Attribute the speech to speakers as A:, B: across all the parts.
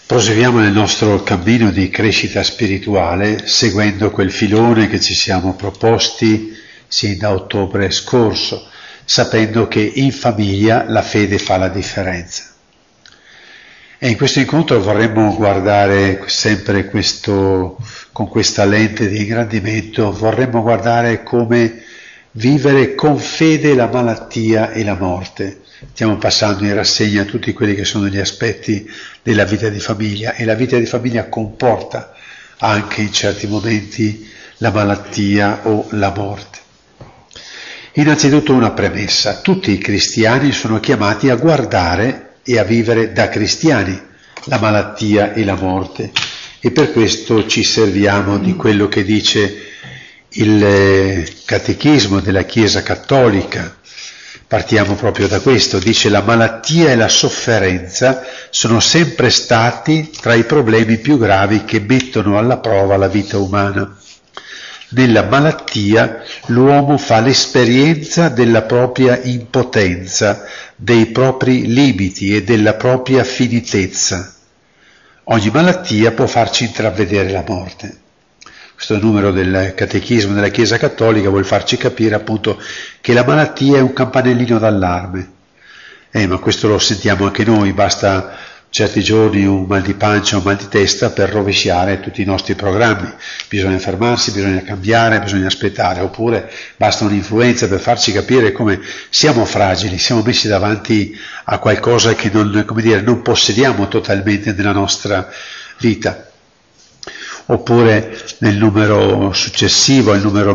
A: Proseguiamo nel nostro cammino di crescita spirituale seguendo quel filone che ci siamo proposti sin da ottobre scorso, sapendo che in famiglia la fede fa la differenza. E in questo incontro vorremmo guardare sempre con questa lente di ingrandimento, vorremmo guardare come vivere con fede la malattia e la morte. Stiamo passando in rassegna tutti quelli che sono gli aspetti della vita di famiglia, e la vita di famiglia comporta anche in certi momenti la malattia o la morte. Innanzitutto una premessa: tutti i cristiani sono chiamati a guardare e a vivere da cristiani la malattia e la morte, e per questo ci serviamo di quello che dice il Catechismo della Chiesa Cattolica. Partiamo proprio da questo, dice: la malattia e la sofferenza sono sempre stati tra i problemi più gravi che mettono alla prova la vita umana. Nella malattia l'uomo fa l'esperienza della propria impotenza, dei propri limiti e della propria finitezza. Ogni malattia può farci intravedere la morte. Questo numero del Catechismo della Chiesa Cattolica vuol farci capire appunto che la malattia è un campanellino d'allarme. Ma questo lo sentiamo anche noi, basta certi giorni un mal di pancia, un mal di testa per rovesciare tutti i nostri programmi. Bisogna fermarsi, bisogna cambiare, bisogna aspettare, oppure basta un'influenza per farci capire come siamo fragili, siamo messi davanti a qualcosa che non possediamo totalmente nella nostra vita. Oppure nel numero successivo, il numero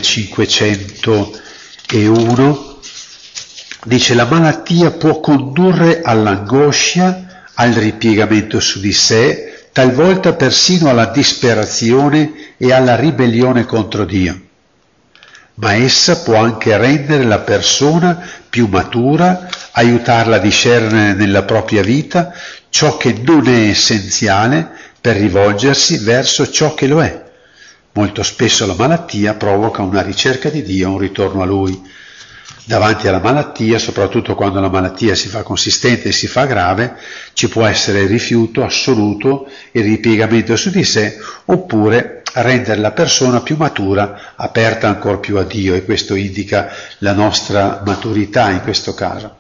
A: 1501, dice: la malattia può condurre all'angoscia, al ripiegamento su di sé, talvolta persino alla disperazione e alla ribellione contro Dio. Ma essa può anche rendere la persona più matura, aiutarla a discernere nella propria vita ciò che non è essenziale per rivolgersi verso ciò che lo è. Molto spesso la malattia provoca una ricerca di Dio, un ritorno a Lui. Davanti alla malattia, soprattutto quando la malattia si fa consistente e si fa grave, ci può essere il rifiuto assoluto, il ripiegamento su di sé, oppure rendere la persona più matura, aperta ancor più a Dio, e questo indica la nostra maturità in questo caso.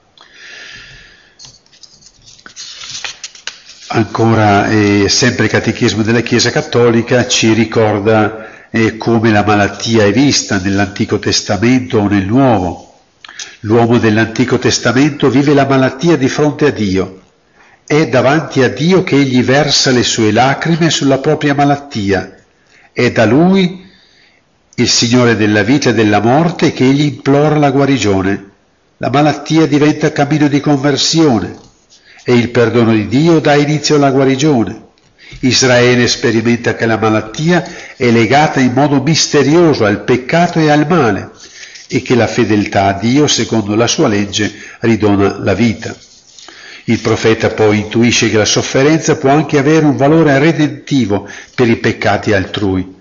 A: Ancora, sempre il Catechismo della Chiesa Cattolica ci ricorda come la malattia è vista nell'Antico Testamento o nel Nuovo. L'uomo dell'Antico Testamento vive la malattia di fronte a Dio. È davanti a Dio che egli versa le sue lacrime sulla propria malattia. È da Lui, il Signore della vita e della morte, che egli implora la guarigione. La malattia diventa cammino di conversione, e il perdono di Dio dà inizio alla guarigione. Israele sperimenta che la malattia è legata in modo misterioso al peccato e al male, e che la fedeltà a Dio, secondo la sua legge, ridona la vita. Il profeta poi intuisce che la sofferenza può anche avere un valore redentivo per i peccati altrui.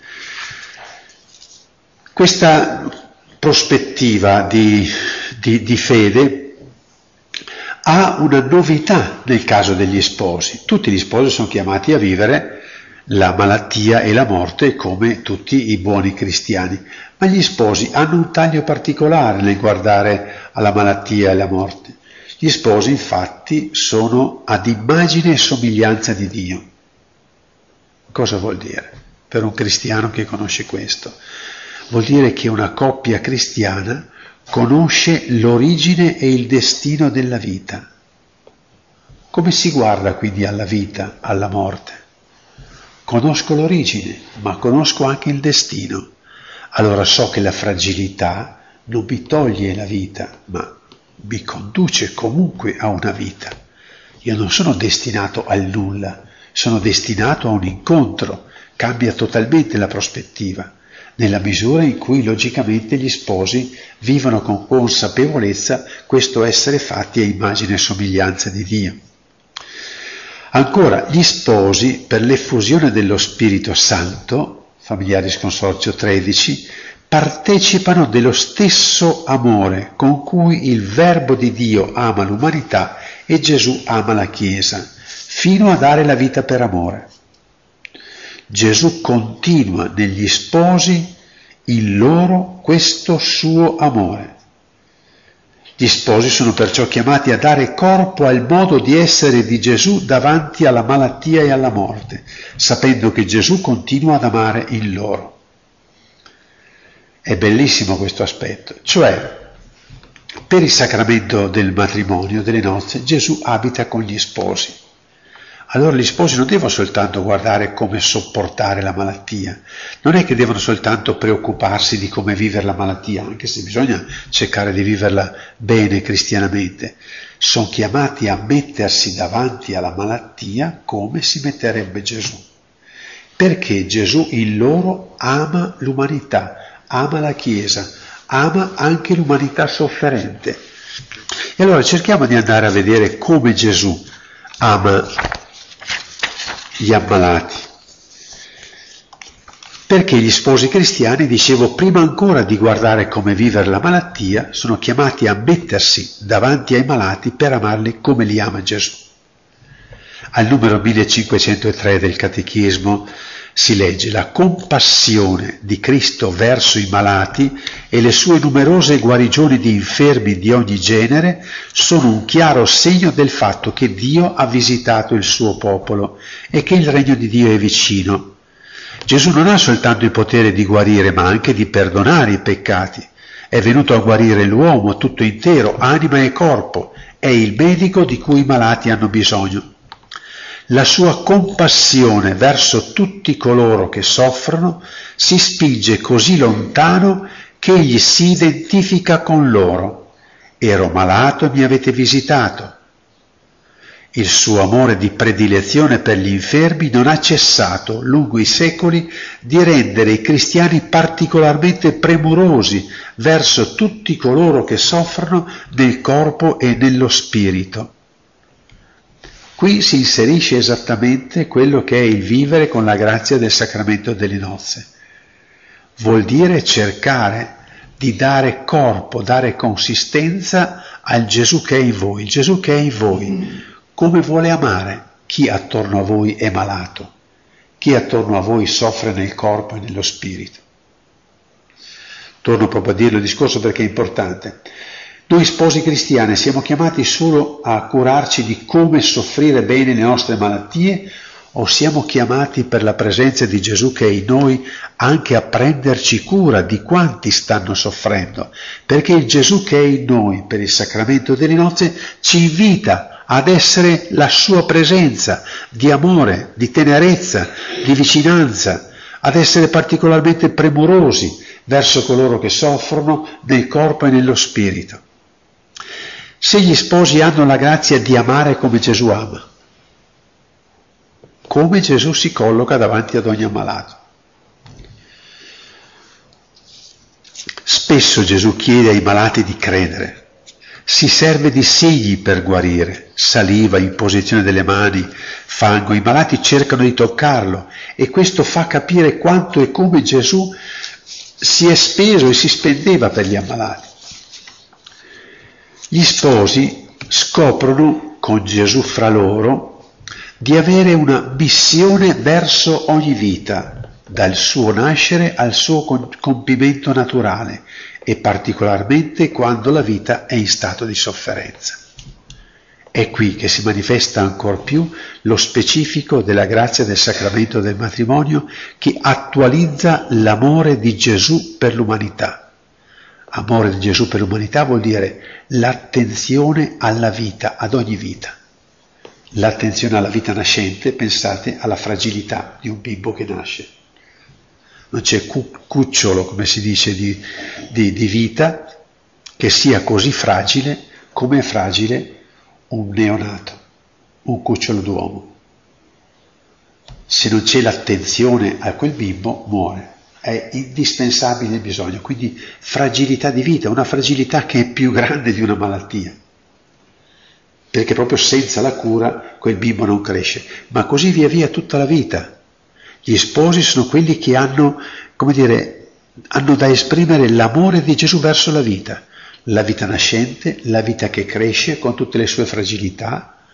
A: Questa prospettiva di fede ha una novità nel caso degli sposi. Tutti gli sposi sono chiamati a vivere la malattia e la morte come tutti i buoni cristiani, ma gli sposi hanno un taglio particolare nel guardare alla malattia e alla morte. Gli sposi infatti sono ad immagine e somiglianza di Dio. Cosa vuol dire per un cristiano che conosce questo? Vuol dire che una coppia cristiana conosce l'origine e il destino della vita. Come si guarda quindi alla vita, alla morte? Conosco l'origine, ma conosco anche il destino. Allora so che la fragilità non mi toglie la vita, ma mi conduce comunque a una vita. Io non sono destinato al nulla, sono destinato a un incontro. Cambia totalmente la prospettiva, nella misura in cui logicamente gli sposi vivono con consapevolezza questo essere fatti a immagine e somiglianza di Dio. Ancora, gli sposi, per l'effusione dello Spirito Santo, Familiaris Consorzio 13, partecipano dello stesso amore con cui il Verbo di Dio ama l'umanità e Gesù ama la Chiesa, fino a dare la vita per amore. Gesù continua negli sposi in loro questo suo amore. Gli sposi sono perciò chiamati a dare corpo al modo di essere di Gesù davanti alla malattia e alla morte, sapendo che Gesù continua ad amare in loro. È bellissimo questo aspetto, cioè per il sacramento del matrimonio, delle nozze, Gesù abita con gli sposi. Allora gli sposi non devono soltanto guardare come sopportare la malattia, non è che devono soltanto preoccuparsi di come vivere la malattia, anche se bisogna cercare di viverla bene cristianamente. Sono chiamati a mettersi davanti alla malattia come si metterebbe Gesù, perché Gesù in loro ama l'umanità, ama la Chiesa, ama anche l'umanità sofferente. E allora cerchiamo di andare a vedere come Gesù ama gli ammalati. Perché gli sposi cristiani, dicevo, prima ancora di guardare come vivere la malattia, sono chiamati a mettersi davanti ai malati per amarli come li ama Gesù. Al numero 1503 del Catechismo si legge: la compassione di Cristo verso i malati e le sue numerose guarigioni di infermi di ogni genere sono un chiaro segno del fatto che Dio ha visitato il suo popolo e che il regno di Dio è vicino. Gesù non ha soltanto il potere di guarire, ma anche di perdonare i peccati. È venuto a guarire l'uomo tutto intero, anima e corpo. È il medico di cui i malati hanno bisogno. La sua compassione verso tutti coloro che soffrono si spinge così lontano che egli si identifica con loro. Ero malato e mi avete visitato. Il suo amore di predilezione per gli infermi non ha cessato, lungo i secoli, di rendere i cristiani particolarmente premurosi verso tutti coloro che soffrono nel corpo e nello spirito. Qui si inserisce esattamente quello che è il vivere con la grazia del sacramento delle nozze. Vuol dire cercare di dare corpo, dare consistenza al Gesù che è in voi. Il Gesù che è in voi, come vuole amare chi attorno a voi è malato, chi attorno a voi soffre nel corpo e nello spirito. Torno proprio a dirlo il discorso perché è importante. Noi sposi cristiani siamo chiamati solo a curarci di come soffrire bene le nostre malattie, o siamo chiamati per la presenza di Gesù che è in noi anche a prenderci cura di quanti stanno soffrendo? Perché il Gesù che è in noi per il sacramento delle nozze ci invita ad essere la sua presenza di amore, di tenerezza, di vicinanza, ad essere particolarmente premurosi verso coloro che soffrono nel corpo e nello spirito. Se gli sposi hanno la grazia di amare come Gesù ama, come Gesù si colloca davanti ad ogni ammalato. Spesso Gesù chiede ai malati di credere, si serve di segni per guarire, saliva, imposizione delle mani, fango, i malati cercano di toccarlo e questo fa capire quanto e come Gesù si è speso e si spendeva per gli ammalati. Gli sposi scoprono con Gesù fra loro di avere una missione verso ogni vita, dal suo nascere al suo compimento naturale e particolarmente quando la vita è in stato di sofferenza. È qui che si manifesta ancor più lo specifico della grazia del sacramento del matrimonio che attualizza l'amore di Gesù per l'umanità. Amore di Gesù per l'umanità vuol dire l'attenzione alla vita, ad ogni vita. L'attenzione alla vita nascente, pensate alla fragilità di un bimbo che nasce. Non c'è cucciolo, come si dice, di vita che sia così fragile come è fragile un neonato, un cucciolo d'uomo. Se non c'è l'attenzione a quel bimbo, muore. È indispensabile il bisogno, quindi fragilità di vita, una fragilità che è più grande di una malattia, perché proprio senza la cura quel bimbo non cresce, ma così via via tutta la vita. Gli sposi sono quelli che hanno, hanno da esprimere l'amore di Gesù verso la vita nascente, la vita che cresce con tutte le sue fragilità,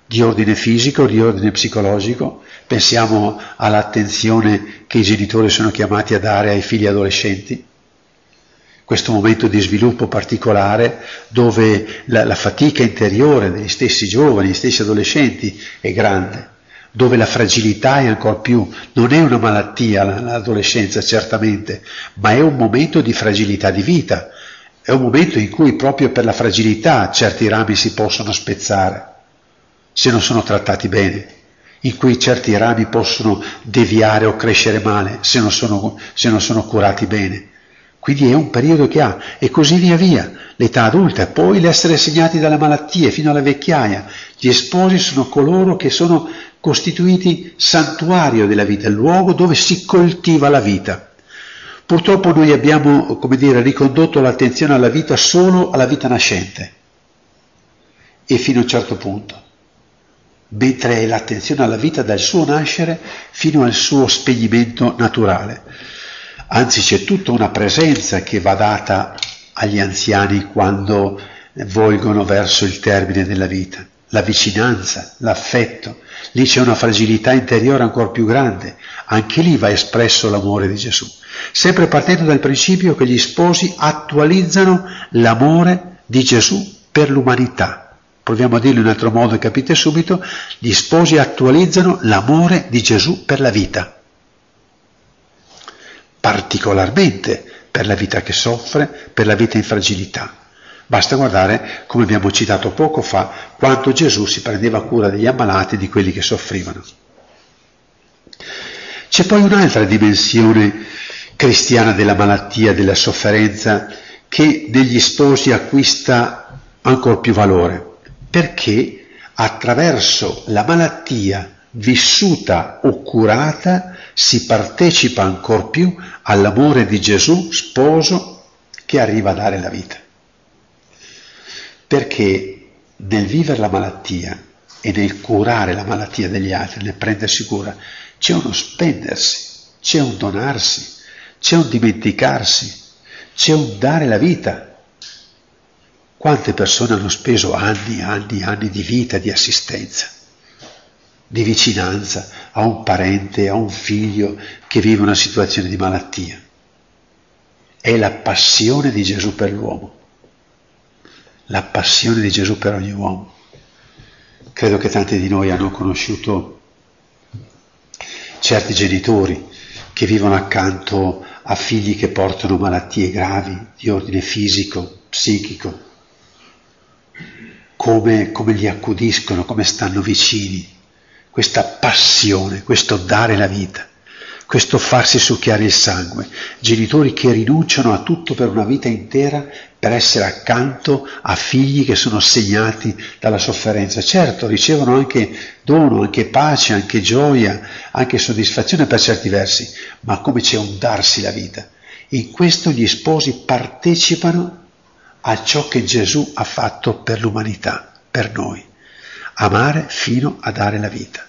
A: di ordine fisico, di ordine psicologico. Pensiamo all'attenzione che i genitori sono chiamati a dare ai figli adolescenti, questo momento di sviluppo particolare dove la fatica interiore degli stessi giovani, degli stessi adolescenti è grande, dove la fragilità è ancor più, non è una malattia l'adolescenza certamente, ma è un momento di fragilità di vita, è un momento in cui proprio per la fragilità certi rami si possono spezzare, se non sono trattati bene, in cui certi rami possono deviare o crescere male, se non sono curati bene. Quindi è un periodo che ha, e così via via, l'età adulta, e poi l'essere segnati dalle malattie fino alla vecchiaia. Gli sposi sono coloro che sono costituiti santuario della vita, il luogo dove si coltiva la vita. Purtroppo noi abbiamo, ricondotto l'attenzione alla vita solo alla vita nascente, e fino a un certo punto, mentre l'attenzione alla vita dal suo nascere fino al suo spegnimento naturale. Anzi, c'è tutta una presenza che va data agli anziani quando volgono verso il termine della vita, la vicinanza, l'affetto. Lì c'è una fragilità interiore ancora più grande, anche lì va espresso l'amore di Gesù, sempre partendo dal principio che gli sposi attualizzano l'amore di Gesù per l'umanità. Proviamo a dirlo in un altro modo e capite subito: gli sposi attualizzano l'amore di Gesù per la vita, particolarmente per la vita che soffre, per la vita in fragilità. Basta guardare, come abbiamo citato poco fa, quanto Gesù si prendeva cura degli ammalati e di quelli che soffrivano. C'è poi un'altra dimensione cristiana della malattia, della sofferenza, che negli sposi acquista ancor più valore, perché attraverso la malattia vissuta o curata si partecipa ancor più all'amore di Gesù, sposo, che arriva a dare la vita. Perché nel vivere la malattia e nel curare la malattia degli altri, nel prendersi cura, c'è uno spendersi, c'è un donarsi, c'è un dimenticarsi, c'è un dare la vita. Quante persone hanno speso anni di vita, di assistenza, di vicinanza a un parente, a un figlio che vive una situazione di malattia. È la passione di Gesù per l'uomo, la passione di Gesù per ogni uomo. Credo che tanti di noi hanno conosciuto certi genitori che vivono accanto a figli che portano malattie gravi di ordine fisico, psichico, come li accudiscono, come stanno vicini. Questa passione, questo dare la vita, questo farsi succhiare il sangue, genitori che rinunciano a tutto per una vita intera per essere accanto a figli che sono segnati dalla sofferenza. Certo, ricevono anche dono, anche pace, anche gioia, anche soddisfazione per certi versi, ma come c'è un darsi la vita. In questo gli sposi partecipano a ciò che Gesù ha fatto per l'umanità, per noi, amare fino a dare la vita.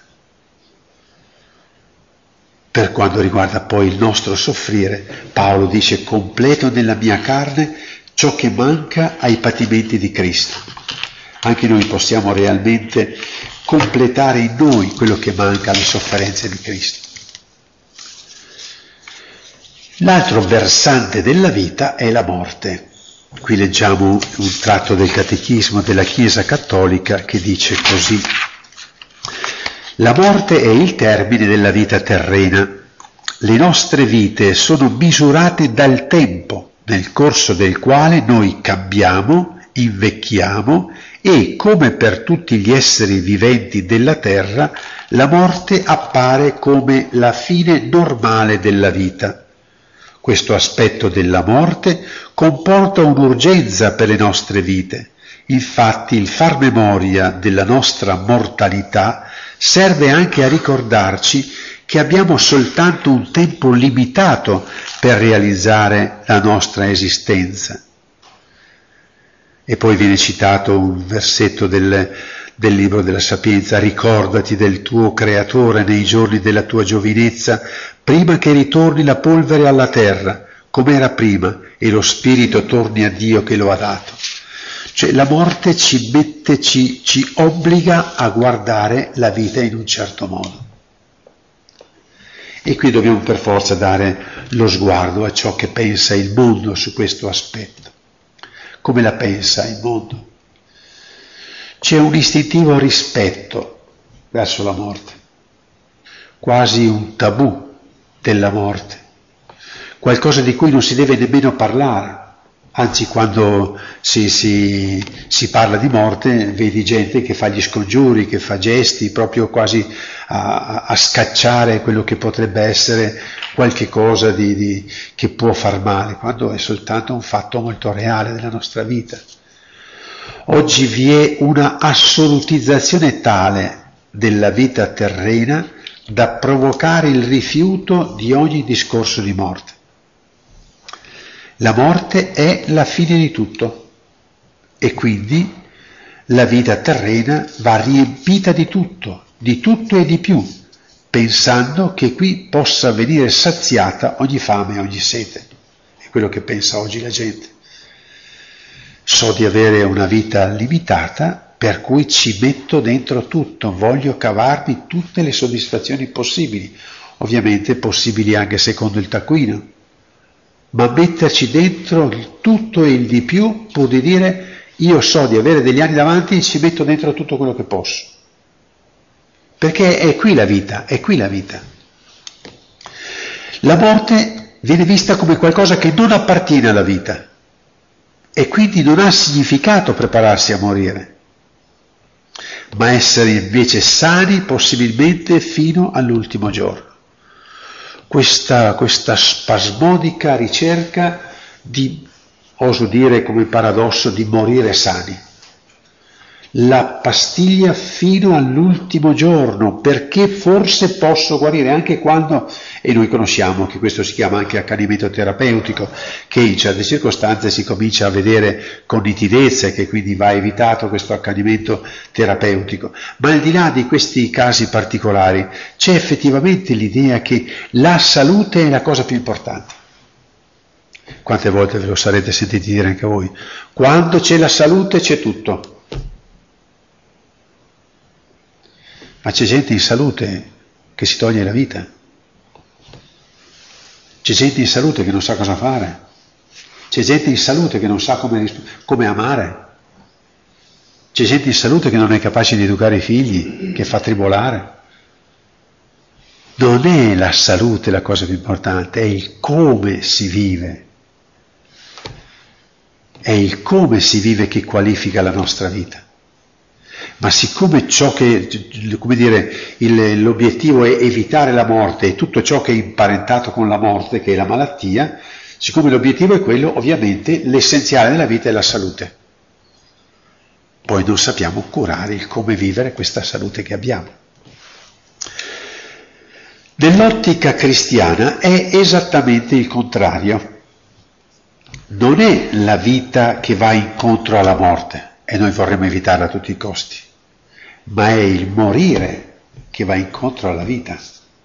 A: Per quanto riguarda poi il nostro soffrire, Paolo dice: completo nella mia carne ciò che manca ai patimenti di Cristo. Anche noi possiamo realmente completare in noi quello che manca alle sofferenze di Cristo. L'altro versante della vita è la morte. Qui leggiamo un tratto del Catechismo della Chiesa Cattolica che dice così: la morte è il termine della vita terrena. Le nostre vite sono misurate dal tempo, nel corso del quale noi cambiamo, invecchiamo e, come per tutti gli esseri viventi della terra, la morte appare come la fine normale della vita. Questo aspetto della morte comporta un'urgenza per le nostre vite. Infatti il far memoria della nostra mortalità serve anche a ricordarci che abbiamo soltanto un tempo limitato per realizzare la nostra esistenza. E poi viene citato un versetto del libro della Sapienza: ricordati del tuo Creatore nei giorni della tua giovinezza, prima che ritorni la polvere alla terra, come era prima, e lo spirito torni a Dio che lo ha dato. Cioè la morte ci obbliga a guardare la vita in un certo modo. E qui dobbiamo per forza dare lo sguardo a ciò che pensa il mondo su questo aspetto. Come la pensa il mondo? C'è un istintivo rispetto verso la morte, quasi un tabù della morte, qualcosa di cui non si deve nemmeno parlare. Anzi, quando si parla di morte, vedi gente che fa gli scongiuri, che fa gesti proprio quasi a scacciare quello che potrebbe essere qualche cosa che può far male, quando è soltanto un fatto molto reale della nostra vita. Oggi vi è una assolutizzazione tale della vita terrena da provocare il rifiuto di ogni discorso di morte. La morte è la fine di tutto e quindi la vita terrena va riempita di tutto e di più, pensando che qui possa venire saziata ogni fame e ogni sete. È quello che pensa oggi la gente. So di avere una vita limitata, per cui ci metto dentro tutto, voglio cavarmi tutte le soddisfazioni possibili, ovviamente possibili anche secondo il taccuino, ma metterci dentro il tutto e il di più pur di dire io so di avere degli anni davanti e ci metto dentro tutto quello che posso. Perché è qui la vita, è qui la vita. La morte viene vista come qualcosa che non appartiene alla vita e quindi non ha significato prepararsi a morire, ma essere invece sani possibilmente fino all'ultimo giorno. Questa spasmodica ricerca di, oso dire come paradosso, di morire sani. La pastiglia fino all'ultimo giorno, perché forse posso guarire anche quando, e noi conosciamo che questo si chiama anche accanimento terapeutico, che in certe circostanze si comincia a vedere con nitidezza e che quindi va evitato questo accanimento terapeutico. Ma al di là di questi casi particolari c'è effettivamente l'idea che la salute è la cosa più importante. Quante volte ve lo sarete sentiti dire anche voi? Quando c'è la salute c'è tutto. Ma c'è gente in salute che si toglie la vita. C'è gente in salute che non sa cosa fare. C'è gente in salute che non sa come amare. C'è gente in salute che non è capace di educare i figli, che fa tribolare. Non è la salute la cosa più importante, è il come si vive. È il come si vive che qualifica la nostra vita. Ma siccome ciò che, come dire, l'obiettivo è evitare la morte e tutto ciò che è imparentato con la morte, che è la malattia, siccome l'obiettivo è quello, ovviamente l'essenziale della vita è la salute. Poi non sappiamo curare il come vivere questa salute che abbiamo. Nell'ottica cristiana è esattamente il contrario. Non è la vita che va incontro alla morte, e noi vorremmo evitarla a tutti i costi, ma è il morire che va incontro alla vita.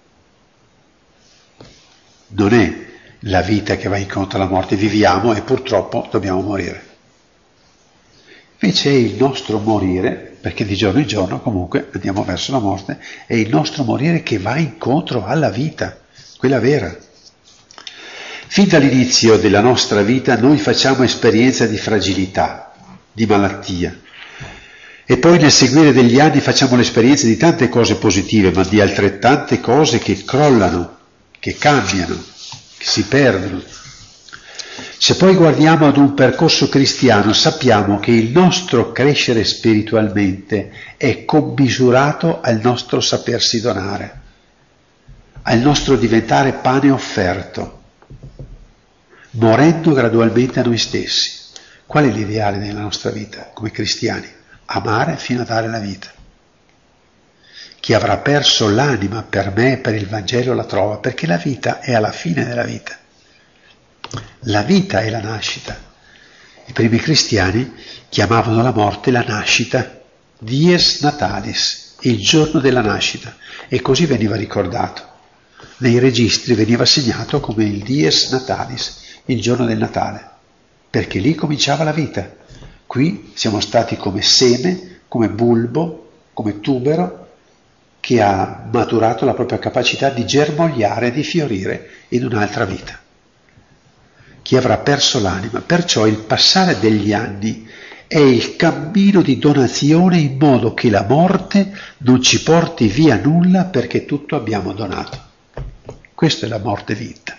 A: Non è la vita che va incontro alla morte, viviamo e purtroppo dobbiamo morire. Invece è il nostro morire, perché di giorno in giorno comunque andiamo verso la morte, è il nostro morire che va incontro alla vita, quella vera. Fin dall'inizio della nostra vita noi facciamo esperienza di fragilità, di malattia, e poi nel seguire degli anni facciamo l'esperienza di tante cose positive, ma di altrettante cose che crollano, che cambiano, che si perdono. Se poi guardiamo ad un percorso cristiano, sappiamo che il nostro crescere spiritualmente è commisurato al nostro sapersi donare, al nostro diventare pane offerto, morendo gradualmente a noi stessi. Qual è l'ideale della nostra vita come cristiani? Amare fino a dare la vita. Chi avrà perso l'anima per me e per il Vangelo la trova, perché la vita è alla fine della vita. La vita è la nascita. I primi cristiani chiamavano la morte la nascita, dies natalis, il giorno della nascita, e così veniva ricordato. Nei registri veniva segnato come il dies natalis, il giorno del Natale, perché lì cominciava la vita. Qui siamo stati come seme, come bulbo, come tubero, che ha maturato la propria capacità di germogliare e di fiorire in un'altra vita. Chi avrà perso l'anima, perciò il passare degli anni è il cammino di donazione in modo che la morte non ci porti via nulla perché tutto abbiamo donato. Questa è la morte vinta.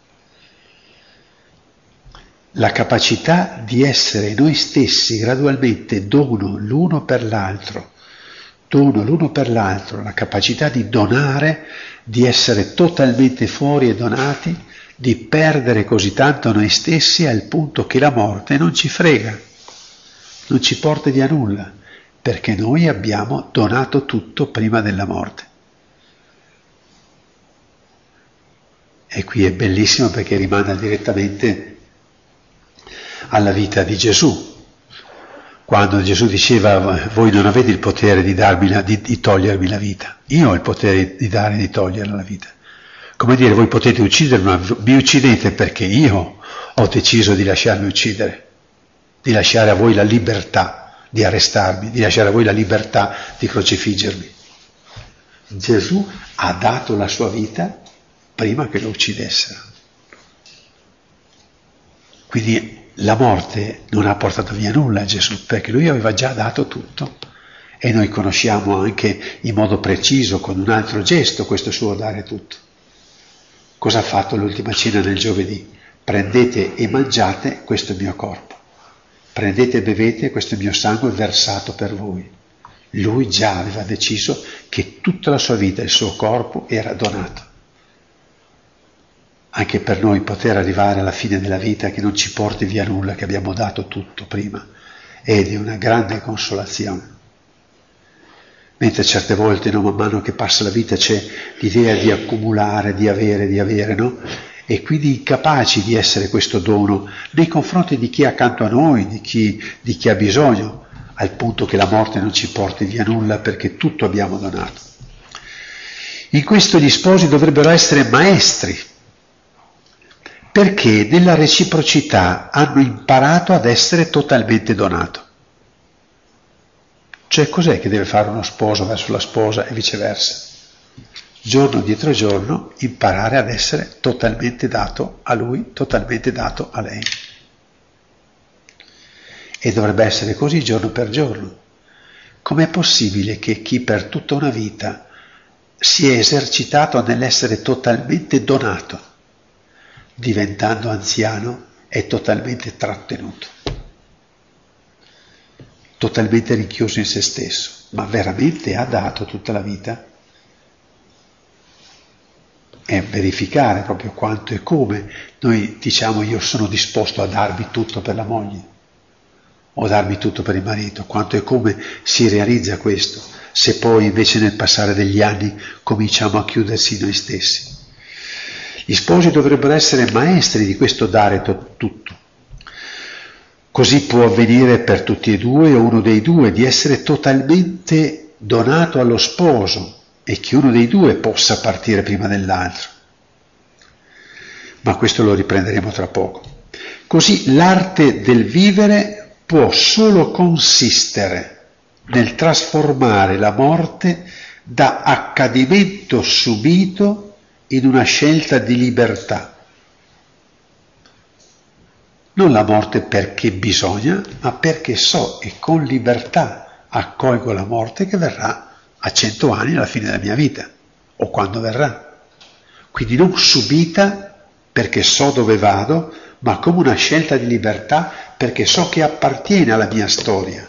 A: La capacità di essere noi stessi gradualmente dono l'uno per l'altro, la capacità di donare, di essere totalmente fuori e donati, di perdere così tanto noi stessi al punto che la morte non ci frega, non ci porta via nulla, perché noi abbiamo donato tutto prima della morte. E qui è bellissimo perché rimanda direttamente alla vita di Gesù. Quando Gesù diceva: voi non avete il potere di togliermi la vita, io ho il potere di dare e di togliere la vita. Come dire, voi potete uccidermi, ma mi uccidete perché io ho deciso di lasciarmi uccidere, di lasciare a voi la libertà di arrestarmi, di lasciare a voi la libertà di crocifiggermi. Gesù ha dato la sua vita prima che lo uccidessero. Quindi la morte non ha portato via nulla a Gesù, perché lui aveva già dato tutto, e noi conosciamo anche in modo preciso, con un altro gesto, questo suo dare tutto. Cosa ha fatto l'ultima cena nel giovedì? Prendete e mangiate, questo è il mio corpo. Prendete e bevete, questo è il mio sangue versato per voi. Lui già aveva deciso che tutta la sua vita, il suo corpo, era donato. Anche per noi poter arrivare alla fine della vita che non ci porti via nulla, che abbiamo dato tutto prima, ed è una grande consolazione. Mentre certe volte, no, man mano che passa la vita c'è l'idea di accumulare, di avere, no? E quindi incapaci di essere questo dono nei confronti di chi è accanto a noi, di chi ha bisogno, al punto che la morte non ci porti via nulla perché tutto abbiamo donato. In questo gli sposi dovrebbero essere maestri, perché nella reciprocità hanno imparato ad essere totalmente donato. Cioè, cos'è che deve fare uno sposo verso la sposa e viceversa? Giorno dietro giorno imparare ad essere totalmente dato a lui, totalmente dato a lei. E dovrebbe essere così giorno per giorno. Com'è possibile che chi per tutta una vita si è esercitato nell'essere totalmente donato, diventando anziano, è totalmente trattenuto, totalmente rinchiuso in se stesso, ma veramente ha dato tutta la vita? È verificare proprio quanto e come noi diciamo: io sono disposto a darmi tutto per la moglie, o darmi tutto per il marito. Quanto e come si realizza questo, se poi invece nel passare degli anni cominciamo a chiudersi noi stessi. Gli sposi dovrebbero essere maestri di questo dare tutto. Così può avvenire per tutti e due, o uno dei due, di essere totalmente donato allo sposo, e che uno dei due possa partire prima dell'altro. Ma questo lo riprenderemo tra poco. Così l'arte del vivere può solo consistere nel trasformare la morte da accadimento subito in una scelta di libertà. Non la morte perché bisogna, ma perché so e con libertà accolgo la morte che verrà a 100 anni alla fine della mia vita, o quando verrà. Quindi non subita perché so dove vado, ma come una scelta di libertà perché so che appartiene alla mia storia.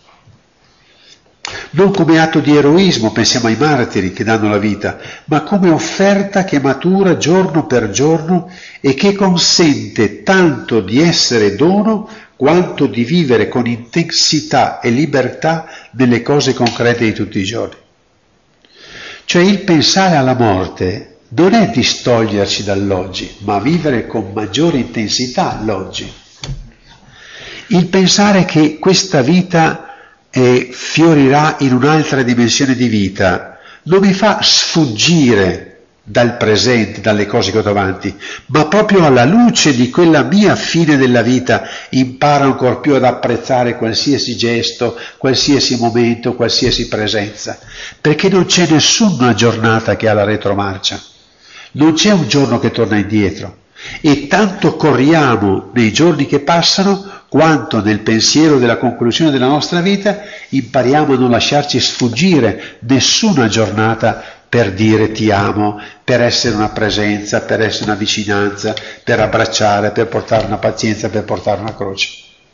A: Non come atto di eroismo, pensiamo ai martiri che danno la vita, ma come offerta che matura giorno per giorno e che consente tanto di essere dono quanto di vivere con intensità e libertà nelle cose concrete di tutti i giorni. Cioè il pensare alla morte non è distoglierci dall'oggi, ma vivere con maggiore intensità l'oggi. Il pensare che questa vita fiorirà in un'altra dimensione di vita non mi fa sfuggire dal presente, dalle cose che ho davanti, ma proprio alla luce di quella mia fine della vita imparo ancor più ad apprezzare qualsiasi gesto, qualsiasi momento, qualsiasi presenza, perché non c'è nessuna giornata che ha la retromarcia, non c'è un giorno che torna indietro, e tanto corriamo nei giorni che passano quanto nel pensiero della conclusione della nostra vita impariamo a non lasciarci sfuggire nessuna giornata per dire ti amo, per essere una presenza, per essere una vicinanza, per abbracciare, per portare una pazienza, per portare una croce.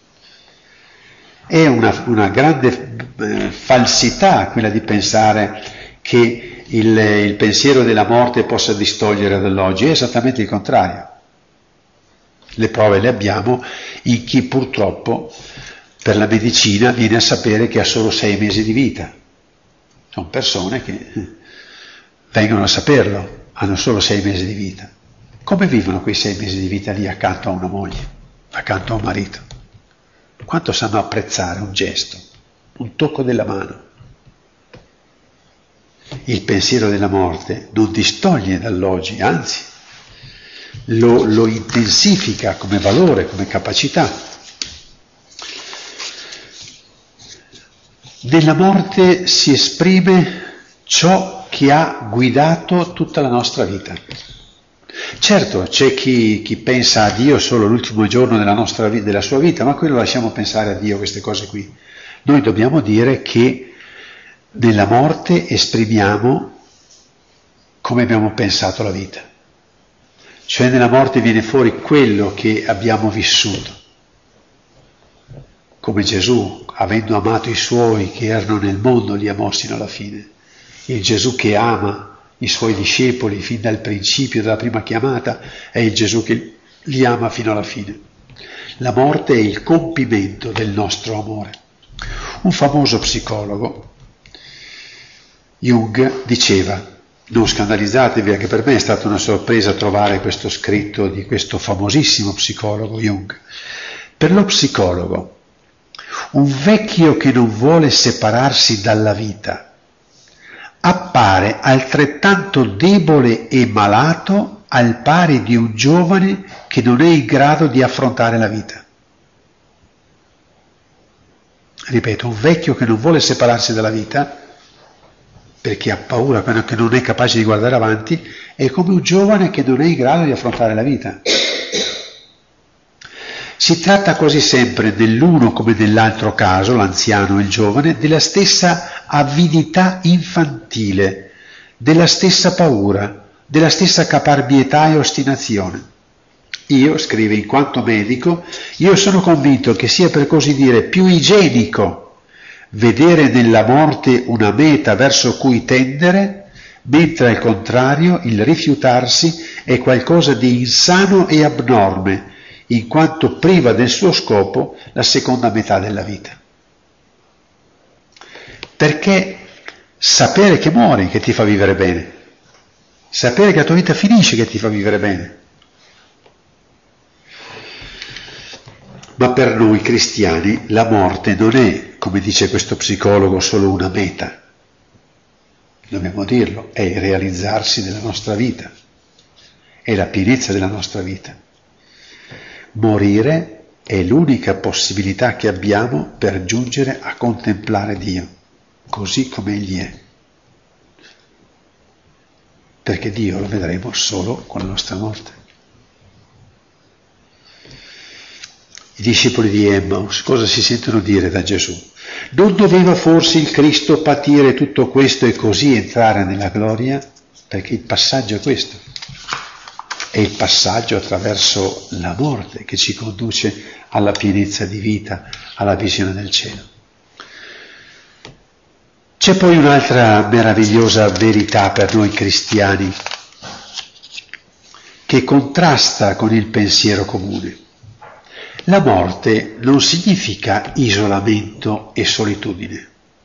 A: È una grande falsità quella di pensare che il pensiero della morte possa distogliere dall'oggi, è esattamente il contrario. Le prove le abbiamo in chi purtroppo per la medicina viene a sapere che ha solo 6 mesi di vita. Sono persone che vengono a saperlo, hanno solo 6 mesi di vita. Come vivono quei 6 mesi di vita lì accanto a una moglie, accanto a un marito? Quanto sanno apprezzare un gesto, un tocco della mano? Il pensiero della morte non distoglie dall'oggi, anzi, lo intensifica come valore, come capacità. Nella morte si esprime ciò che ha guidato tutta la nostra vita. Certo, c'è chi pensa a Dio solo l'ultimo giorno della sua vita, ma quello lasciamo pensare a Dio, queste cose qui. Noi dobbiamo dire che nella morte esprimiamo come abbiamo pensato la vita. Cioè nella morte viene fuori quello che abbiamo vissuto. Come Gesù, avendo amato i suoi che erano nel mondo, li amò sino alla fine. Il Gesù che ama i suoi discepoli fin dal principio della prima chiamata è il Gesù che li ama fino alla fine. La morte è il compimento del nostro amore. Un famoso psicologo, Jung, diceva: non scandalizzatevi, anche per me è stata una sorpresa trovare questo scritto di questo famosissimo psicologo Jung. Per lo psicologo, un vecchio che non vuole separarsi dalla vita appare altrettanto debole e malato al pari di un giovane che non è in grado di affrontare la vita. Ripeto, un vecchio che non vuole separarsi dalla vita perché ha paura, che non è capace di guardare avanti, è come un giovane che non è in grado di affrontare la vita. Si tratta quasi sempre nell'uno come nell'altro caso, l'anziano e il giovane, della stessa avidità infantile, della stessa paura, della stessa caparbietà e ostinazione. Io, scrive, in quanto medico, io sono convinto che sia per così dire più igienico vedere nella morte una meta verso cui tendere, mentre al contrario il rifiutarsi è qualcosa di insano e abnorme, in quanto priva del suo scopo la seconda metà della vita. Perché sapere che muori che ti fa vivere bene, sapere che la tua vita finisce che ti fa vivere bene. Ma per noi cristiani la morte non è, come dice questo psicologo, solo una meta. Dobbiamo dirlo, è il realizzarsi della nostra vita, è la pienezza della nostra vita. Morire è l'unica possibilità che abbiamo per giungere a contemplare Dio, così come Egli è. Perché Dio lo vedremo solo con la nostra morte. I discepoli di Emmaus cosa si sentono dire da Gesù? Non doveva forse il Cristo patire tutto questo e così entrare nella gloria? Perché il passaggio è questo. È il passaggio attraverso la morte che ci conduce alla pienezza di vita, alla visione del cielo. C'è poi un'altra meravigliosa verità per noi cristiani che contrasta con il pensiero comune. La morte non significa isolamento e solitudine,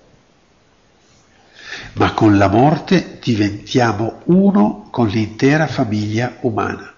A: ma con la morte diventiamo uno con l'intera famiglia umana.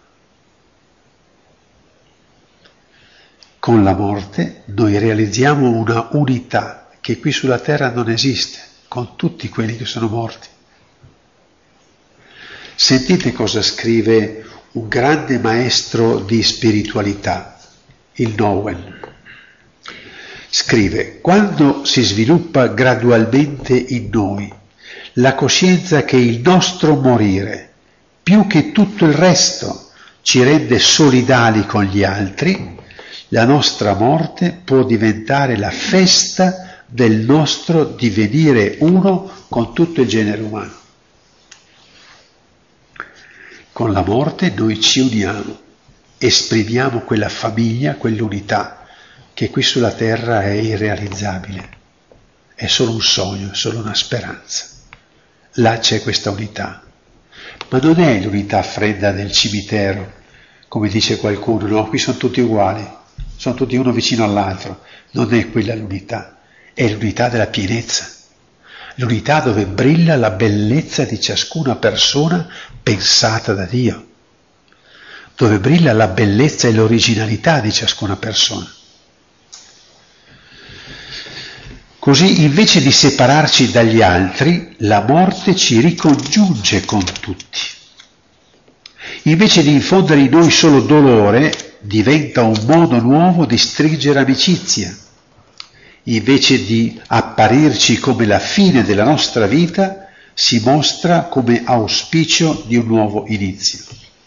A: Con la morte noi realizziamo una unità che qui sulla terra non esiste, con tutti quelli che sono morti. Sentite cosa scrive un grande maestro di spiritualità, il Nouwen. Scrive: quando si sviluppa gradualmente in noi la coscienza che il nostro morire, più che tutto il resto, ci rende solidali con gli altri, la nostra morte può diventare la festa del nostro divenire uno con tutto il genere umano. Con la morte noi ci uniamo, esprimiamo quella famiglia, quell'unità che qui sulla terra è irrealizzabile, è solo un sogno, è solo una speranza. Là c'è questa unità, ma non è l'unità fredda del cimitero, come dice qualcuno, no? Qui sono tutti uguali, sono tutti uno vicino all'altro. Non è quella l'unità, è l'unità della pienezza, l'unità dove brilla la bellezza di ciascuna persona pensata da Dio, dove brilla la bellezza e l'originalità di ciascuna persona. Così, invece di separarci dagli altri, la morte ci ricongiunge con tutti. Invece di infondere in noi solo dolore, diventa un modo nuovo di stringere amicizia. Invece di apparirci come la fine della nostra vita, si mostra come auspicio di un nuovo inizio.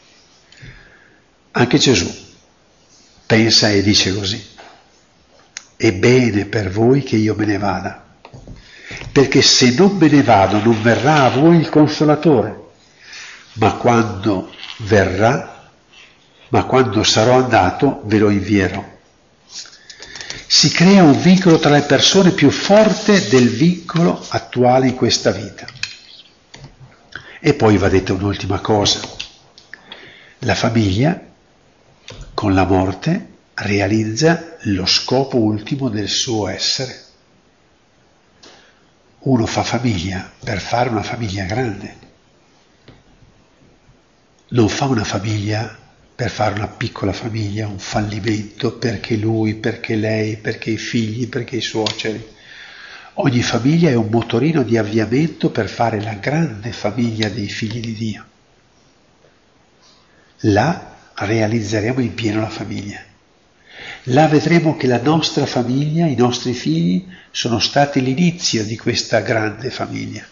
A: Anche Gesù pensa e dice così: è bene per voi che io me ne vada, perché se non me ne vado non verrà a voi il Consolatore, ma quando sarò andato ve lo invierò. Si crea un vincolo tra le persone più forte del vincolo attuale in questa vita. E poi va detta un'ultima cosa: la famiglia con la morte realizza lo scopo ultimo del suo essere. Uno fa famiglia per fare una famiglia grande, non fa una famiglia per fare una piccola famiglia, un fallimento, perché lui, perché lei, perché i figli, perché i suoceri. Ogni famiglia è un motorino di avviamento per fare la grande famiglia dei figli di Dio. Là realizzeremo in pieno la famiglia. Là vedremo che la nostra famiglia, i nostri figli, sono stati l'inizio di questa grande famiglia.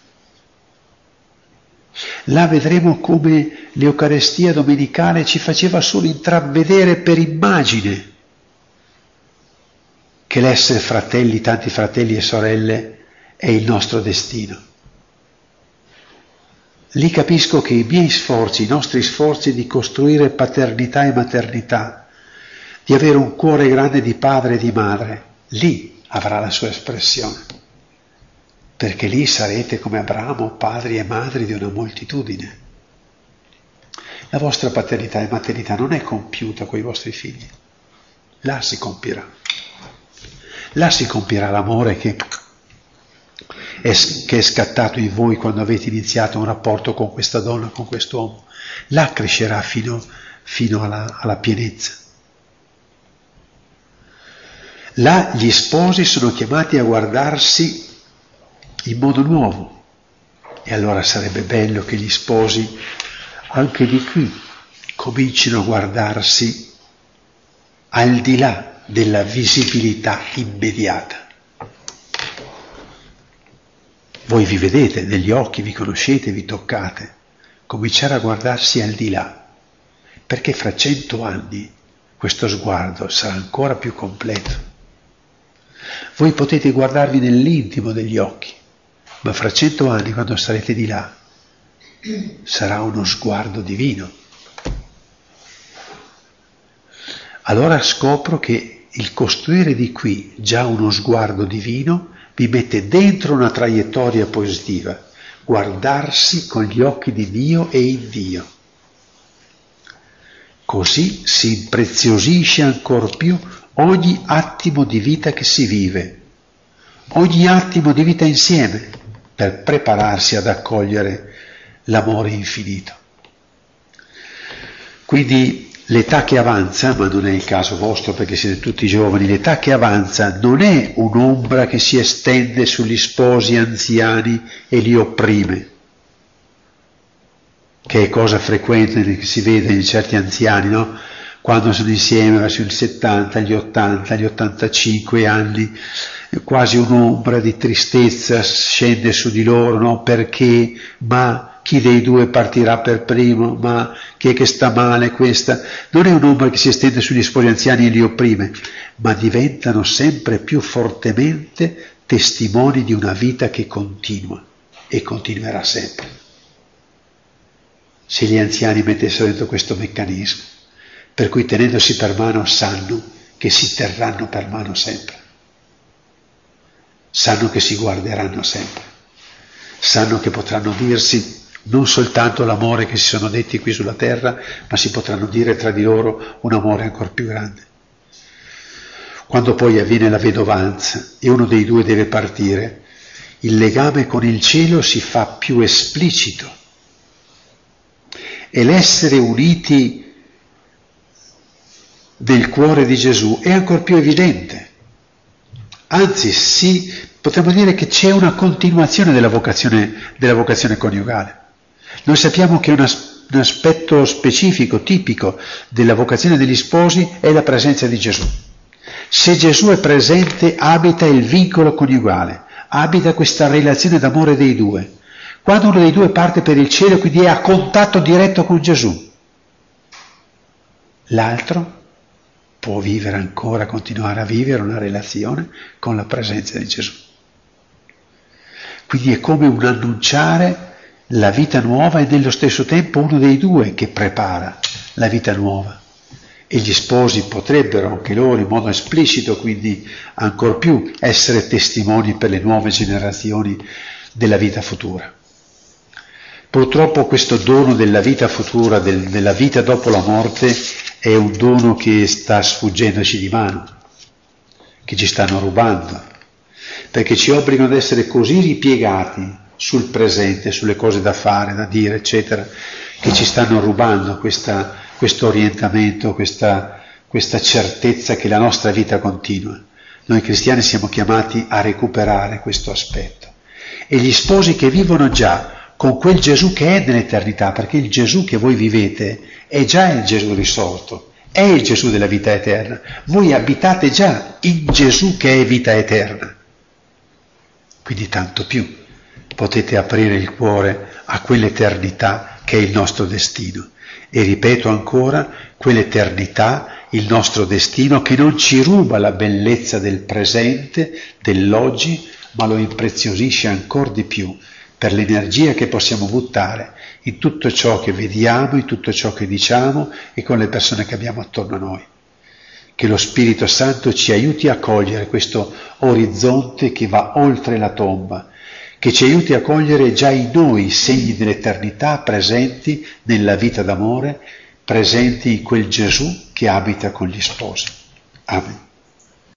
A: Là vedremo come l'Eucarestia domenicale ci faceva solo intravedere per immagine che l'essere fratelli, tanti fratelli e sorelle, è il nostro destino. Lì capisco che i miei sforzi, i nostri sforzi di costruire paternità e maternità, di avere un cuore grande di padre e di madre, lì avrà la sua espressione. Perché lì sarete come Abramo, padri e madri di una moltitudine. La vostra paternità e maternità non è compiuta con i vostri figli. Là si compirà. Là si compirà l'amore che è scattato in voi quando avete iniziato un rapporto con questa donna, con quest'uomo. Là crescerà fino alla pienezza. Là gli sposi sono chiamati a guardarsi in modo nuovo, e allora sarebbe bello che gli sposi anche di qui comincino a guardarsi al di là della visibilità immediata. Voi vi vedete negli occhi, vi conoscete, vi toccate, cominciare a guardarsi al di là, perché fra 100 anni questo sguardo sarà ancora più completo. Voi potete guardarvi nell'intimo degli occhi, ma fra 100 anni, quando sarete di là, sarà uno sguardo divino. Allora scopro che il costruire di qui già uno sguardo divino vi mette dentro una traiettoria positiva, guardarsi con gli occhi di Dio e in Dio. Così si impreziosisce ancor più ogni attimo di vita che si vive, ogni attimo di vita insieme, per prepararsi ad accogliere l'amore infinito. Quindi l'età che avanza, ma non è il caso vostro perché siete tutti giovani, l'età che avanza non è un'ombra che si estende sugli sposi anziani e li opprime. che è cosa frequente che si vede in certi anziani, no? Quando sono insieme verso i 70, gli 80, gli 85 anni, quasi un'ombra di tristezza scende su di loro, no? Perché? Ma chi dei due partirà per primo? Ma chi è che sta male questa? Non è un'ombra che si estende sugli sposi anziani e li opprime, ma diventano sempre più fortemente testimoni di una vita che continua e continuerà sempre. Se gli anziani mettessero dentro questo meccanismo, per cui tenendosi per mano sanno che si terranno per mano sempre, sanno che si guarderanno sempre, sanno che potranno dirsi non soltanto l'amore che si sono detti qui sulla terra, ma si potranno dire tra di loro un amore ancora più grande. Quando poi avviene la vedovanza e uno dei due deve partire, il legame con il cielo si fa più esplicito e l'essere uniti del cuore di Gesù è ancora più evidente. Anzi, potremmo dire che c'è una continuazione della vocazione coniugale. Noi sappiamo che un aspetto specifico, tipico della vocazione degli sposi è la presenza di Gesù. Se Gesù è presente, abita il vincolo coniugale, abita questa relazione d'amore dei due. Quando uno dei due parte per il cielo, quindi è a contatto diretto con Gesù, l'altro può vivere ancora, continuare a vivere una relazione con la presenza di Gesù. Quindi è come un annunciare la vita nuova e nello stesso tempo uno dei due che prepara la vita nuova. E gli sposi potrebbero anche loro in modo esplicito, quindi ancor più, essere testimoni per le nuove generazioni della vita futura. Purtroppo questo dono della vita futura, della vita dopo la morte, è un dono che sta sfuggendoci di mano, che ci stanno rubando, perché ci obbligano ad essere così ripiegati sul presente, sulle cose da fare, da dire, eccetera, che ci stanno rubando questo orientamento, questa certezza che la nostra vita continua. Noi cristiani siamo chiamati a recuperare questo aspetto. E gli sposi che vivono già con quel Gesù che è nell'eternità, perché il Gesù che voi vivete è già il Gesù risorto, è il Gesù della vita eterna. Voi abitate già in Gesù che è vita eterna. Quindi tanto più potete aprire il cuore a quell'eternità che è il nostro destino. E ripeto ancora, quell'eternità, il nostro destino, che non ci ruba la bellezza del presente, dell'oggi, ma lo impreziosisce ancora di più per l'energia che possiamo buttare in tutto ciò che vediamo, in tutto ciò che diciamo e con le persone che abbiamo attorno a noi. Che lo Spirito Santo ci aiuti a cogliere questo orizzonte che va oltre la tomba, che ci aiuti a cogliere già in noi i segni dell'eternità presenti nella vita d'amore, presenti in quel Gesù che abita con gli sposi. Amen.